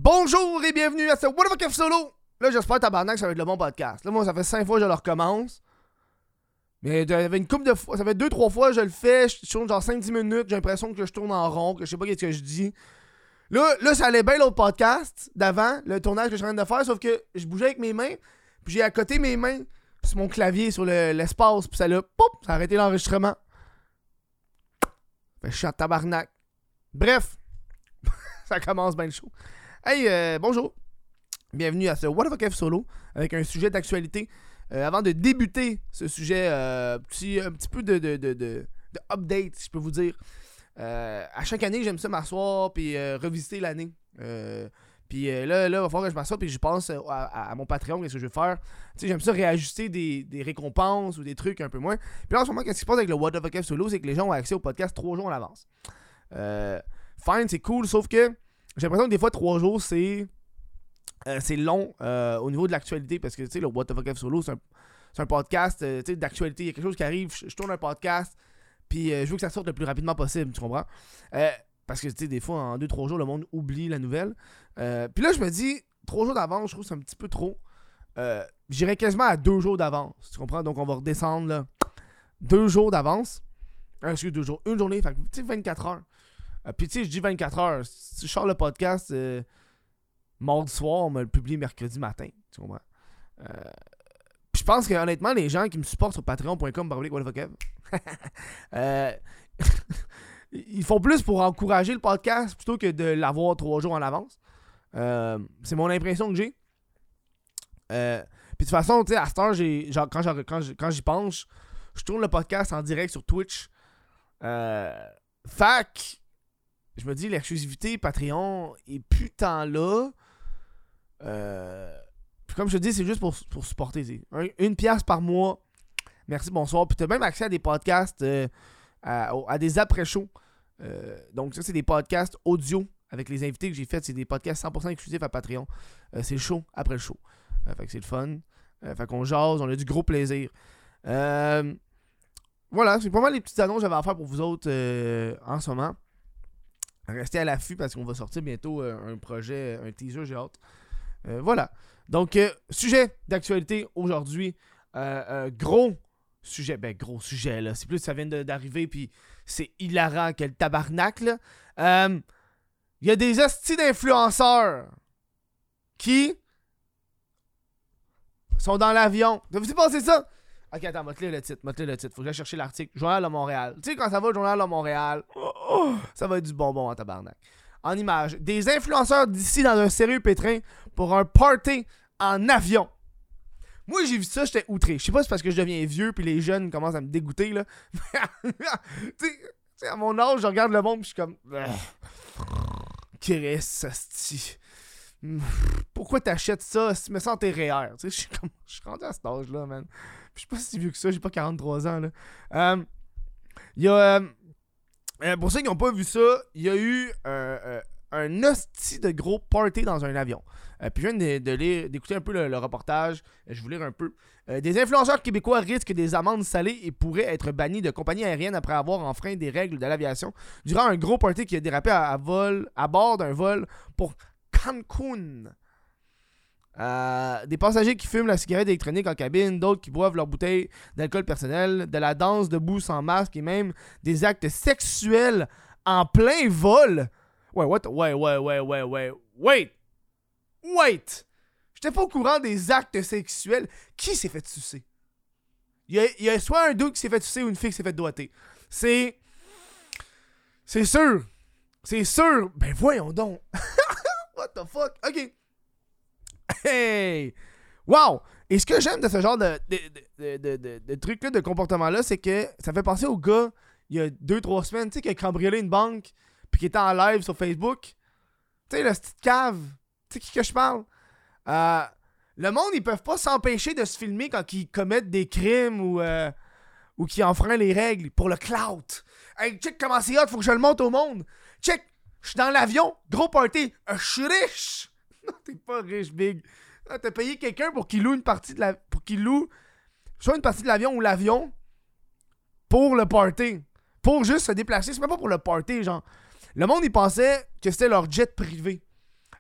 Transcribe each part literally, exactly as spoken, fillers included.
Bonjour et bienvenue à ce What the fuck F solo. Là, j'espère tabarnak que ça va être le bon podcast. Là, moi, ça fait cinq fois que je le recommence. Mais ça fait une couple de fois, ça fait deux trois fois que je le fais, je tourne genre cinq dix minutes, j'ai l'impression que je tourne en rond, que je sais pas qu'est-ce que je dis. Là, là ça allait bien l'autre podcast d'avant, le tournage que je suis en train de faire, sauf que je bougeais avec mes mains, puis j'ai à côté mes mains sur mon clavier, sur le, l'espace, puis ça l'a, pop, ça a arrêté l'enregistrement. Fait que je suis en tabarnak. Bref, ça commence bien le show. Hey, euh, bonjour. Bienvenue à ce What the fuck F solo, avec un sujet d'actualité. Euh, avant de débuter ce sujet, euh, petit, un petit peu de, de, de, de, de update, si je peux vous dire. Euh, à chaque année, j'aime ça m'asseoir puis euh, revisiter l'année. Euh, puis euh, là, là, il va falloir que je m'assoie puis je pense à, à, à mon Patreon, qu'est-ce que je vais faire. Tu sais, j'aime ça réajuster des, des récompenses ou des trucs un peu moins. Puis là, en ce moment, qu'est-ce qui se passe avec le What the fuck F solo, c'est que les gens ont accès au podcast trois jours en avance. Euh, fine, c'est cool, sauf que j'ai l'impression que des fois, trois jours, c'est... Euh, c'est long euh, au niveau de l'actualité parce que tu sais le What the fuck F solo c'est un, c'est un podcast euh, d'actualité, il y a quelque chose qui arrive, je, je tourne un podcast puis euh, je veux que ça sorte le plus rapidement possible, tu comprends? Euh, parce que tu sais des fois en deux trois jours le monde oublie la nouvelle. Euh, puis là je me dis trois jours d'avance, je trouve que c'est un petit peu trop. Euh, j'irais quasiment à deux jours d'avance, tu comprends? Donc on va redescendre là deux jours d'avance. Euh, excuse deux jours, une journée, fait que tu sais vingt-quatre heures. Euh, puis tu sais je dis vingt-quatre heures, si je sors le podcast euh, mardi soir, on me le publie mercredi matin. Tu comprends? Euh, Puis je pense que honnêtement, les gens qui me supportent sur patreon point com euh, ils font plus pour encourager le podcast plutôt que de l'avoir trois jours en avance. Euh, c'est mon impression que j'ai. Euh, Puis de toute façon, tu sais, à cette heure, j'ai, genre, quand, j'en, quand, quand j'y pense, je tourne le podcast en direct sur Twitch. Euh, fac, je me dis, l'exclusivité Patreon est plus tant là. Euh, puis comme je te dis, c'est juste pour, pour supporter. Un, une pièce par mois. Merci, bonsoir. Puis tu as même accès à des podcasts, euh, à, à des après-shows. Euh, donc ça, c'est des podcasts audio avec les invités que j'ai faits. C'est des podcasts cent pour cent exclusifs à Patreon. Euh, c'est le show après le show. Euh, fait que c'est le fun. Euh, fait qu'on jase, on a du gros plaisir. Euh, voilà, c'est pas mal les petites annonces que j'avais à faire pour vous autres euh, en ce moment. Restez à l'affût parce qu'on va sortir bientôt euh, un projet, un teaser, j'ai hâte. Euh, voilà. Donc, euh, sujet d'actualité aujourd'hui. Euh, euh, gros sujet. Ben, gros sujet, là. C'est plus que ça vient de, d'arriver, puis c'est hilarant, quel tabarnak, là. Il euh, y a des hosties d'influenceurs qui sont dans l'avion. T'as-vous pensé ça? Ok, attends, m'a-te-le le titre, m'a-te-le le titre. Faut que j'aille chercher l'article. Journal de Montréal. Tu sais, quand ça va, Journal de Montréal, oh, oh, ça va être du bonbon en tabarnak. En image, des influenceurs d'ici dans un sérieux pétrin pour un party en avion. Moi, j'ai vu ça, j'étais outré. Je sais pas si c'est parce que je deviens vieux puis les jeunes commencent à me dégoûter, là. Tu sais, à mon âge, je regarde le monde puis je suis comme... Qu'est-ce asti. Pourquoi t'achètes ça? Si tu me sens tes R E E R. Tu sais, je suis comme... Je suis rendu à cet âge-là, man. Je suis pas si vieux que ça, j'ai pas quarante-trois ans, là. Il euh, y a... Euh, Euh, pour ceux qui n'ont pas vu ça, il y a eu euh, euh, un hostie de gros party dans un avion. Euh, puis je viens de, de lire, d'écouter un peu le, le reportage. Je vais vous lire un peu. Euh, des influenceurs québécois risquent des amendes salées et pourraient être bannis de compagnies aériennes après avoir enfreint des règles de l'aviation durant un gros party qui a dérapé à, à, vol, à bord d'un vol pour Cancun. Euh, des passagers qui fument la cigarette électronique en cabine, d'autres qui boivent leur bouteille d'alcool personnel, de la danse debout sans masque et même des actes sexuels en plein vol. Ouais, what? Ouais, ouais, ouais, ouais, ouais. Wait! Wait! J'étais pas au courant des actes sexuels. Qui s'est fait sucer? Il y a, il y a soit un dude qui s'est fait sucer ou une fille qui s'est fait doigter. C'est... C'est sûr. C'est sûr. Ben voyons donc. What the fuck? Ok. Hey! Wow! Et ce que j'aime de ce genre de, de, de, de, de, de truc-là, de comportement-là, c'est que ça fait penser au gars, il y a deux trois semaines, tu sais, qui a cambriolé une banque, puis qui était en live sur Facebook. Tu sais, le petite cave. Tu sais qui que je parle? Euh, le monde, ils peuvent pas s'empêcher de se filmer quand ils commettent des crimes ou, euh, ou qu'ils enfreignent les règles pour le clout. Hey, check comment c'est hot, faut que je le montre au monde. Check, je suis dans l'avion, gros party, je suis riche. Non, t'es pas riche, Big. Non, t'as payé quelqu'un pour qu'il loue une partie de la... Pour qu'il loue soit une partie de l'avion ou l'avion pour le party. Pour juste se déplacer. C'est même pas pour le party, genre. Le monde, il pensait que c'était leur jet privé.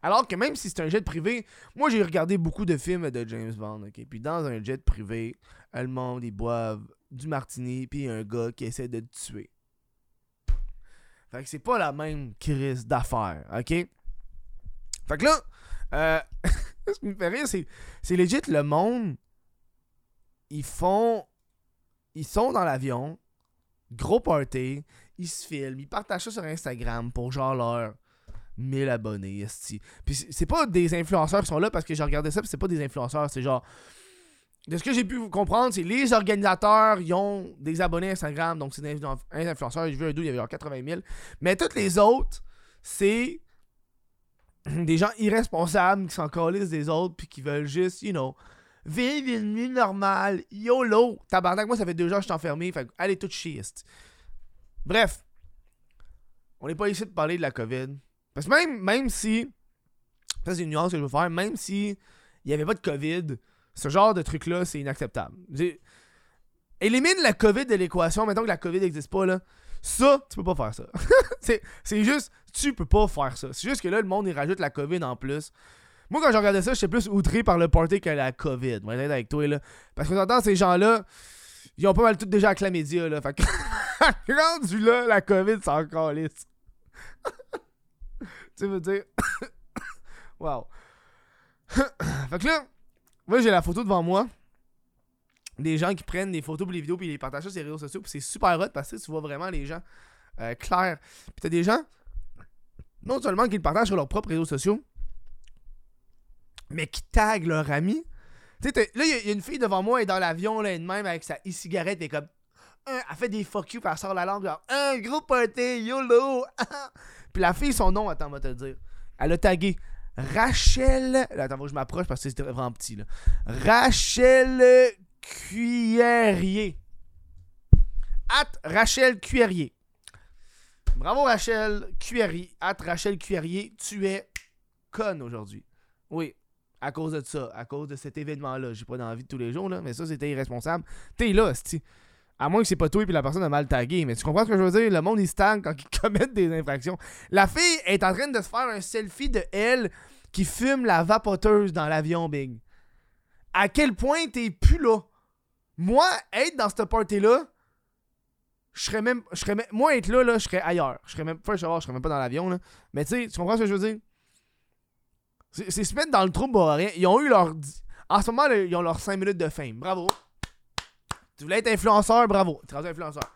Alors que même si c'est un jet privé, moi j'ai regardé beaucoup de films de James Bond, ok? Puis dans un jet privé, le monde, ils boivent du martini, puis un gars qui essaie de te tuer. Fait que c'est pas la même crise d'affaires, ok? Fait que là, euh, ce qui me fait rire, c'est, c'est legit, le monde, ils font, ils sont dans l'avion, gros party, ils se filment, ils partagent ça sur Instagram pour genre leur mille abonnés, esti. Puis c'est, c'est pas des influenceurs qui sont là parce que j'ai regardé ça, puis c'est pas des influenceurs, c'est genre... De ce que j'ai pu comprendre, c'est les organisateurs, ils ont des abonnés Instagram, donc c'est des influenceurs. J'ai vu un dos, il y avait genre quatre-vingt mille. Mais toutes les autres, c'est des gens irresponsables qui s'en calissent des autres puis qui veulent juste, you know, vivre une vie normale. YOLO! Tabarnak, moi ça fait deux jours que je suis enfermé, fait que allez tout chier. Bref, on n'est pas ici de parler de la COVID. Parce que même, même si, ça c'est une nuance que je veux faire, même si il n'y avait pas de COVID, ce genre de truc-là, c'est inacceptable. J'ai... Élimine la COVID de l'équation, mettons que la COVID n'existe pas, là. Ça, tu peux pas faire ça. c'est, c'est juste, tu peux pas faire ça. C'est juste que là, le monde, il rajoute la COVID en plus. Moi, quand je regardais ça, j'étais plus outré par le party que la COVID. Moi, j'étais avec toi, là. Parce que t'entends, ces gens-là, ils ont pas mal tout déjà avec la média, là. Fait que, rendu là, la COVID, c'est encore lisse. Tu veux dire... Wow. Fait que là, moi, j'ai la photo devant moi. Des gens qui prennent des photos pour les vidéos puis ils les partagent sur les réseaux sociaux. Puis c'est super hot parce que tu vois vraiment les gens euh, clairs. Puis t'as des gens, non seulement qui le partagent sur leurs propres réseaux sociaux, mais qui taguent leurs amis. Tu sais, là, il y, y a une fille devant moi, elle est dans l'avion, là, elle-même, avec sa e-cigarette, elle est comme... Euh, elle fait des fuck you, puis elle sort la langue, genre... Un gros party, YOLO! Puis la fille, son nom, attends, on va te le dire. Elle a tagué Rachel... Là, attends, faut que je m'approche parce que c'était vraiment petit, là. Rachel Cuillerier. At Rachel Cuillerier. Bravo, Rachel Cuillerier. At Rachel Cuillerier, tu es conne aujourd'hui. Oui, à cause de ça, à cause de cet événement-là. J'ai pas d'envie de tous les jours, là, mais ça, c'était irresponsable. T'es là, c'ti. À moins que c'est pas toi et puis la personne a mal tagué. Mais tu comprends ce que je veux dire? Le monde, il stagne quand ils commettent des infractions. La fille est en train de se faire un selfie de elle qui fume la vapoteuse dans l'avion, Big. À quel point t'es plus là? Moi, être dans cette party-là, je serais même... Je serais même moi, être là, là, je serais ailleurs. Je serais même... Enfin, je serais même pas dans l'avion, là. Mais tu sais, tu comprends ce que je veux dire? C'est, c'est se mettre dans le trouble pour rien. Ils ont eu leur... En ce moment, là, ils ont leurs cinq minutes de fame. Bravo. Tu voulais être influenceur, bravo. Tu es rendu influenceur.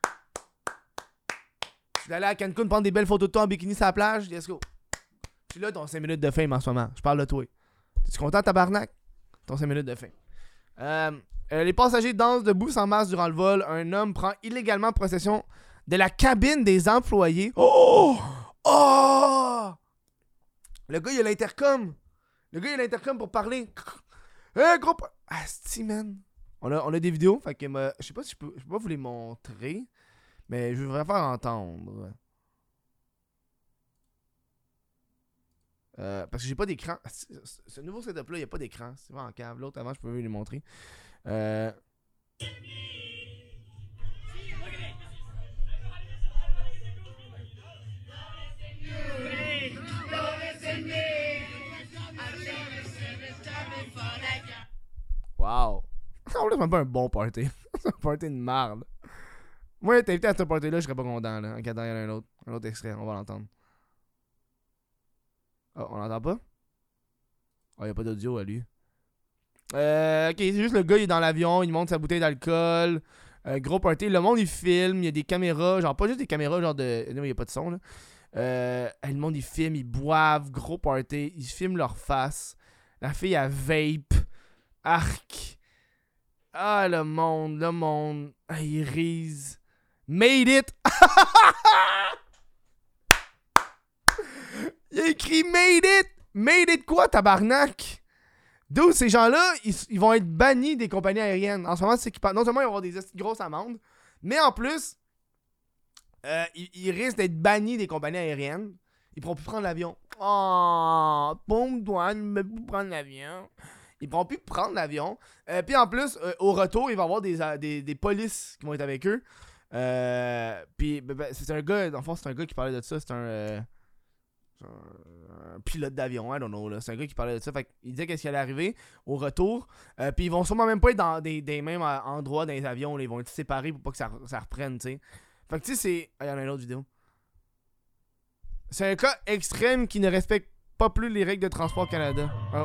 Tu voulais aller à Cancun prendre des belles photos de toi en bikini sur la plage, let's go. Tu là, ton cinq minutes de fame en ce moment. Je parle de toi. Es-tu content, tabarnak? Ton cinq minutes de fame. Euh, euh, les passagers dansent debout sans masque durant le vol. Un homme prend illégalement possession de la cabine des employés. Oh! Oh! Le gars, il a l'intercom. Le gars, il a l'intercom pour parler. Hé, hey, gros... Asti, man. On a, on a des vidéos, fait que euh, je sais pas si je peux, je peux pas vous les montrer, mais je voudrais faire entendre. Euh, parce que j'ai pas d'écran. Ce nouveau setup-là, il n'y a pas d'écran. C'est vraiment en cave. L'autre avant, je peux vous les montrer. Euh... Wow! En plus, c'est même pas un bon party. C'est un party de merde. Moi, t'es invité à ce party-là, je serais pas content, là. Ok, attends, il y en a un autre. Un autre extrait, on va l'entendre. Oh, on l'entend pas? Oh, y a pas d'audio à lui. Euh, ok, c'est juste le gars, il est dans l'avion, il monte sa bouteille d'alcool. Euh, gros party. Le monde, il filme, il y a des caméras. Genre, pas juste des caméras, genre de. Non, il y a pas de son, là. Euh, le monde, il filme, ils boivent. Gros party. Ils filment leur face. La fille, elle vape. Arc. Ah, le monde, le monde. Ah, il rise. Made it! Il a écrit Made it! Made it quoi, tabarnak? D'où ces gens-là, ils, ils vont être bannis des compagnies aériennes. En ce moment, c'est qu'ils non seulement ils vont avoir des grosses amendes, mais en plus, euh, ils, ils risquent d'être bannis des compagnies aériennes. Ils pourront plus prendre l'avion. Oh, bombe douane, ne peut plus prendre l'avion. Ils pourront plus prendre l'avion. Euh, Puis en plus, euh, au retour, il va y avoir des, des, des polices qui vont être avec eux. Euh, Puis ben, ben, c'est un gars, dans le fond, c'est un gars qui parlait de ça. C'est un. Euh, un, un pilote d'avion, I don't know, là. C'est un gars qui parlait de ça. Fait qu'il disait qu'est-ce qui allait arriver au retour. Euh, puis ils vont sûrement même pas être dans des, des mêmes endroits dans les avions. Là. Ils vont être séparés pour pas que ça, ça reprenne, tu sais. Fait que tu sais, c'est. Ah, il y en a une autre vidéo. C'est un cas extrême qui ne respecte pas plus les règles de Transport Canada. Oh.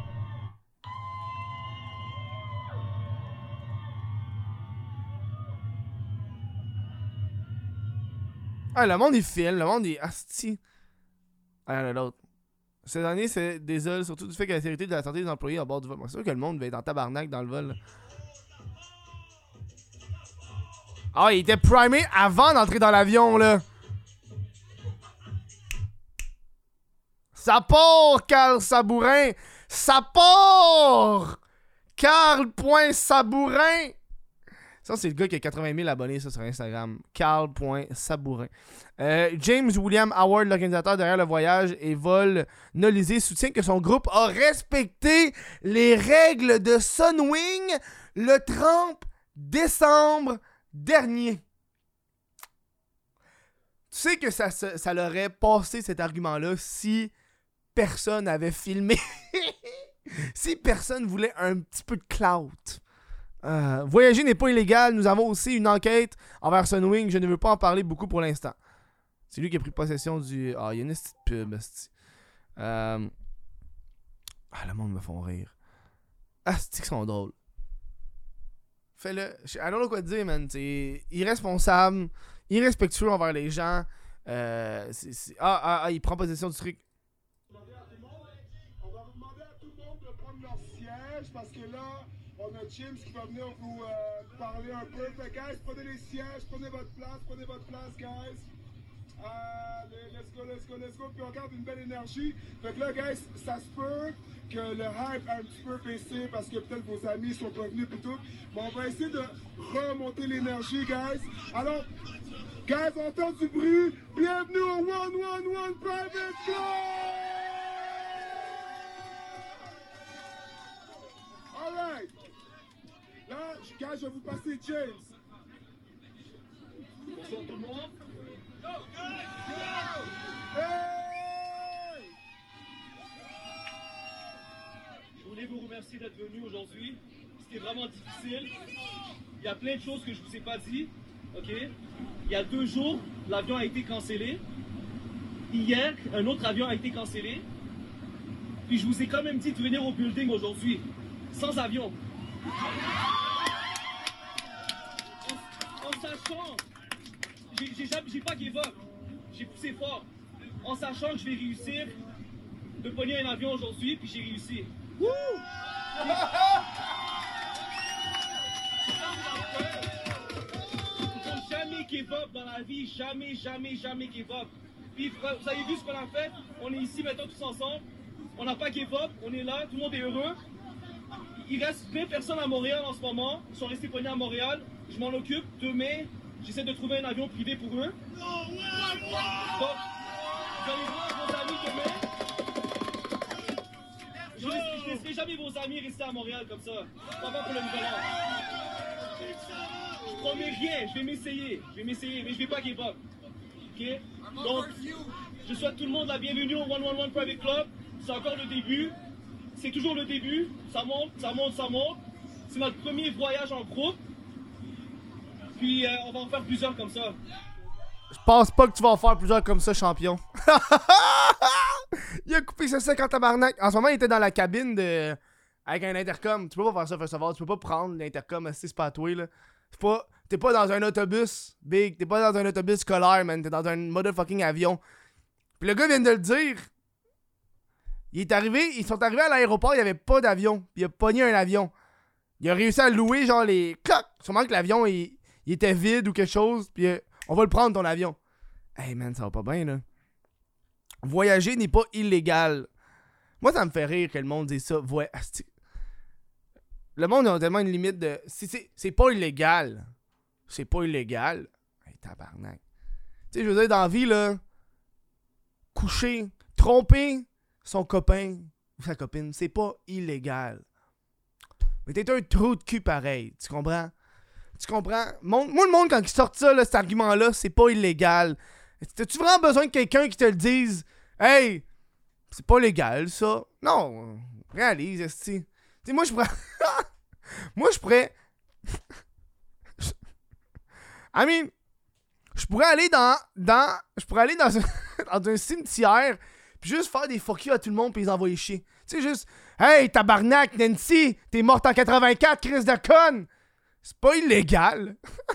Ah, le monde, il file. Le monde, il... Asti. Ah, il y en a d'autres. Cette année, c'est désole, surtout du fait que la sécurité de la santé des employés à bord du vol. Moi, c'est sûr que le monde va être en tabarnak dans le vol. Là. Ah, il était primé avant d'entrer dans l'avion, là. Ça part, Carl Sabourin. Ça part! Carl.Sabourin. Ça, c'est le gars qui a quatre-vingt mille abonnés ça, sur Instagram. Carl.Sabourin. Euh, James William Howard, l'organisateur derrière le voyage et vol Nolisé, soutient que son groupe a respecté les règles de Sunwing le trente décembre dernier. Tu sais que ça, ça, ça l'aurait passé cet argument-là si personne avait filmé. Si personne voulait un petit peu de clout. Euh, voyager n'est pas illégal. Nous avons aussi une enquête envers Sunwing. Je ne veux pas en parler beaucoup pour l'instant. C'est lui qui a pris possession du... Ah, il y a une petite pub. Euh... Ah, le monde me font rire. Ah, c'est qu'ils sont drôles. Fais-le. I don't know quoi te dire, man. C'est irresponsable, irrespectueux envers les gens. Euh, c'est, c'est... Ah, ah, ah, il prend possession du truc. On va vous demander à tout le monde de prendre leur siège parce que là, on a James qui va venir vous euh, parler un peu. Fait, guys, prenez les sièges, prenez votre place, prenez votre place, guys. Allez, let's go, let's go, let's go. Puis on garde une belle énergie. Fait que là, guys, ça se peut que le hype a un petit peu baissé parce que peut-être vos amis sont pas venus et tout. Mais on va essayer de remonter l'énergie, guys. Alors, guys, on entend du bruit. Bienvenue au one one one Private Club! Alright. Là, guys, je vais vous passer James. Bonsoir tout le monde. Go, go, go! Hey! Je voulais vous remercier d'être venu aujourd'hui. C'était vraiment difficile. Il y a plein de choses que je ne vous ai pas dit. Ok? Il y a deux jours, l'avion a été cancellé. Hier, un autre avion a été cancellé. Puis je vous ai quand même dit de venir au building aujourd'hui, sans avion. En, en sachant, j'ai, j'ai, j'ai pas give up. J'ai poussé fort. En sachant que je vais réussir de pogner un avion aujourd'hui, puis j'ai réussi. Wouh! Jamais give up dans la vie, jamais, jamais, jamais give up. Puis vous avez vu ce qu'on a fait, on est ici maintenant tous ensemble, on n'a pas give up, on est là, tout le monde est heureux. Il reste vingt personnes à Montréal en ce moment, ils sont restés pognés à Montréal, je m'en occupe, demain, j'essaie de trouver un avion privé pour eux. Donc, vous allez voir vos amis demain. Je ne laisserai jamais vos amis rester à Montréal comme ça, pas pour le nouvel an. Je promets rien, je vais m'essayer, je vais m'essayer, mais je vais pas give up. Ok? Donc, je souhaite tout le monde la bienvenue au one one one Private Club. C'est encore le début. C'est toujours le début. Ça monte, ça monte, ça monte. C'est notre premier voyage en groupe. Puis, euh, on va en faire plusieurs comme ça. Je pense pas que tu vas en faire plusieurs comme ça, champion. Il a coupé ce sec en tabarnak. En ce moment, il était dans la cabine de... avec un intercom. Tu peux pas faire ça, festival. Tu peux pas prendre l'intercom, c'est pas à toi, là. C'est pas... T'es pas dans un autobus, big. T'es pas dans un autobus scolaire, man. T'es dans un motherfucking avion. Puis le gars vient de le dire. Il est arrivé... Ils sont arrivés à l'aéroport, il y avait pas d'avion. Puis il a pogné un avion. Il a réussi à louer, genre, les... Cloc! Sûrement que l'avion, il... il était vide ou quelque chose. Puis euh, on va le prendre, ton avion. Hey, man, ça va pas bien, là. Voyager n'est pas illégal. Moi, ça me fait rire que le monde dise ça. Voy... Le monde a tellement une limite de... Si c'est, c'est pas illégal... C'est pas illégal. Hey, tabarnak. Tu sais, je veux dire, dans la vie, là, coucher, tromper son copain ou sa copine, c'est pas illégal. Mais t'es un trou de cul pareil. Tu comprends? Tu comprends? Mon, moi, le monde, quand il sort ça, là, cet argument-là, c'est pas illégal. T'as-tu vraiment besoin de quelqu'un qui te le dise? Hey! C'est pas légal, ça. Non, réalise, esti. Tu sais, moi, je pourrais... moi, je pourrais... I mean, je pourrais aller dans... dans... Je pourrais aller dans un, dans un cimetière puis juste faire des fuck you à tout le monde puis les envoyer chier. Tu sais, juste... Hey, tabarnak, Nancy! T'es morte en quatre-vingt-quatre, crise de conne! C'est pas illégal.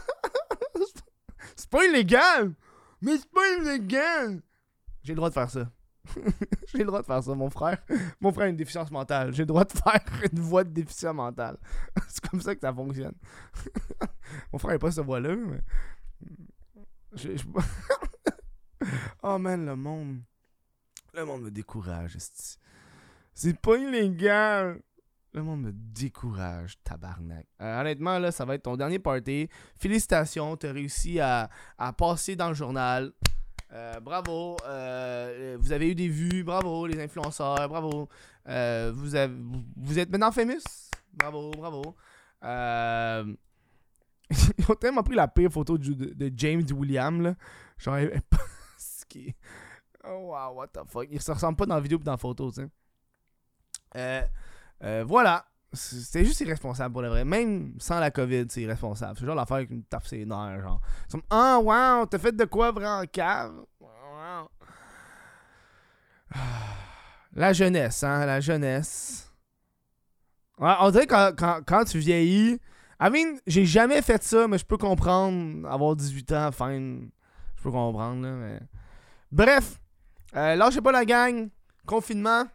C'est pas illégal! Mais c'est pas illégal! J'ai le droit de faire ça. J'ai le droit de faire ça, mon frère. Mon frère a une déficience mentale. J'ai le droit de faire une voix de déficient mental. C'est comme ça que ça fonctionne. Mon frère n'a pas cette voix-là, mais... Je, je... Oh man, le monde... Le monde me décourage, esti. C'est pas illégal! Le monde me décourage, tabarnak. Euh, honnêtement, là, ça va être ton dernier party. Félicitations, t'as réussi à, à passer dans le journal. Euh, bravo, euh, vous avez eu des vues, bravo les influenceurs, bravo. Euh, vous, avez, vous êtes maintenant famous, bravo, bravo. Euh, ils ont tellement pris la pire photo de, de, de James Williams, là. Genre, qui... Oh wow, what the fuck. Il se ressemble pas dans la vidéo et dans la photo, tu sais. Euh, euh, voilà. C'était juste irresponsable pour le vrai. Même sans la COVID, c'est irresponsable. C'est genre l'affaire qui me tape ses nerfs, genre. Ils sont comme, ah, oh, wow, t'as fait de quoi vraiment cave? Wow. La jeunesse, hein, la jeunesse. Ouais, on dirait que quand, quand, quand tu vieillis... I mean, j'ai jamais fait ça, mais je peux comprendre. Avoir dix-huit ans, fine. Je peux comprendre, là, mais... Bref. Euh, lâchez pas la gang. Confinement.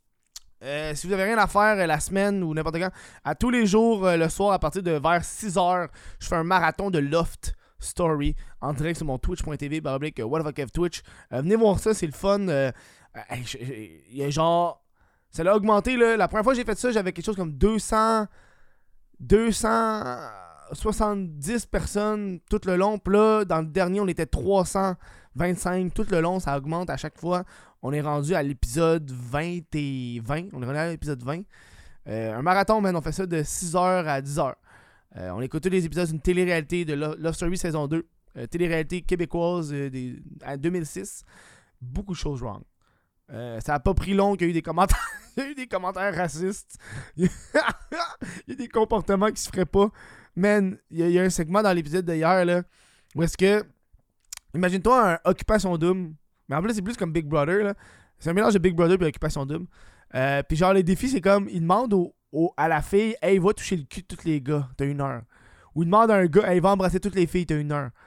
Euh, si vous avez rien à faire euh, la semaine ou n'importe quand, à tous les jours, euh, le soir, à partir de vers six heures, je fais un marathon de Loft Story en direct sur mon twitch point t v baroblique what the fuck Kev Twitch. Euh, venez voir ça, c'est le fun. Euh, euh, Il y a genre... Ça l'a augmenté, là. La première fois que j'ai fait ça, j'avais quelque chose comme deux cents... deux cent soixante-dix personnes tout le long. Puis là, dans le dernier, on était trois cent vingt-cinq tout le long. Ça augmente à chaque fois. On est rendu à l'épisode vingt et vingt. On est rendu à l'épisode vingt. Euh, un marathon, man. On fait ça de six heures à dix heures. Euh, on écoute tous les épisodes d'une télé-réalité de Love Story saison deux. Euh, télé-réalité québécoise euh, des, à deux mille six. Beaucoup de choses wrong. Euh, ça a pas pris long qu'il y a eu des commentaires. Il y a eu des commentaires racistes. Il y a des comportements qui se feraient pas. Man, il y, a, il y a un segment dans l'épisode d'hier là, où est-ce que... Imagine-toi un Occupation Double. Mais en plus, c'est plus comme Big Brother, là. C'est un mélange de Big Brother et Occupation Double. Euh, puis genre, les défis, c'est comme, il demande au, au, à la fille, hey, va toucher le cul de tous les gars, t'as une heure. Ou il demande à un gars, hey, va embrasser toutes les filles, t'as une heure.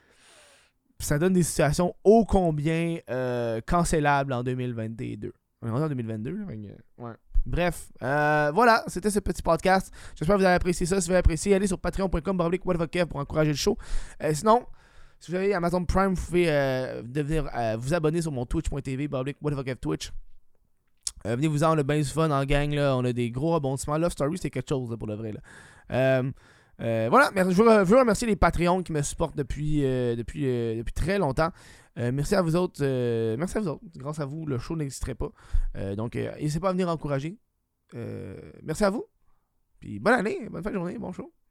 Puis ça donne des situations ô combien euh, cancellables en deux mille vingt-deux. On est rendu en deux mille vingt-deux, là, ouais. Bref, euh, voilà, c'était ce petit podcast. J'espère que vous avez apprécié ça. Si vous avez apprécié, allez sur patreon point com baroblique what the fuck Kev pour encourager le show. Euh, sinon, si vous avez Amazon Prime, vous pouvez euh, devenir, euh, vous abonner sur mon twitch point t v baroblique what the fuck Kev Twitch. Euh, venez-vous-en, on a bien du fun en gang, là. On a des gros rebondissements. Love Story, c'est quelque chose là, pour le vrai. Là. Euh, euh, voilà, je veux, je veux remercier les Patreons qui me supportent depuis, euh, depuis, euh, depuis très longtemps. Euh, merci à vous autres. Euh, merci à vous autres. Grâce à vous, le show n'existerait pas. Euh, donc, euh, n'hésitez pas à venir encourager. Euh, merci à vous. Puis bonne année, bonne fin de journée, bon show.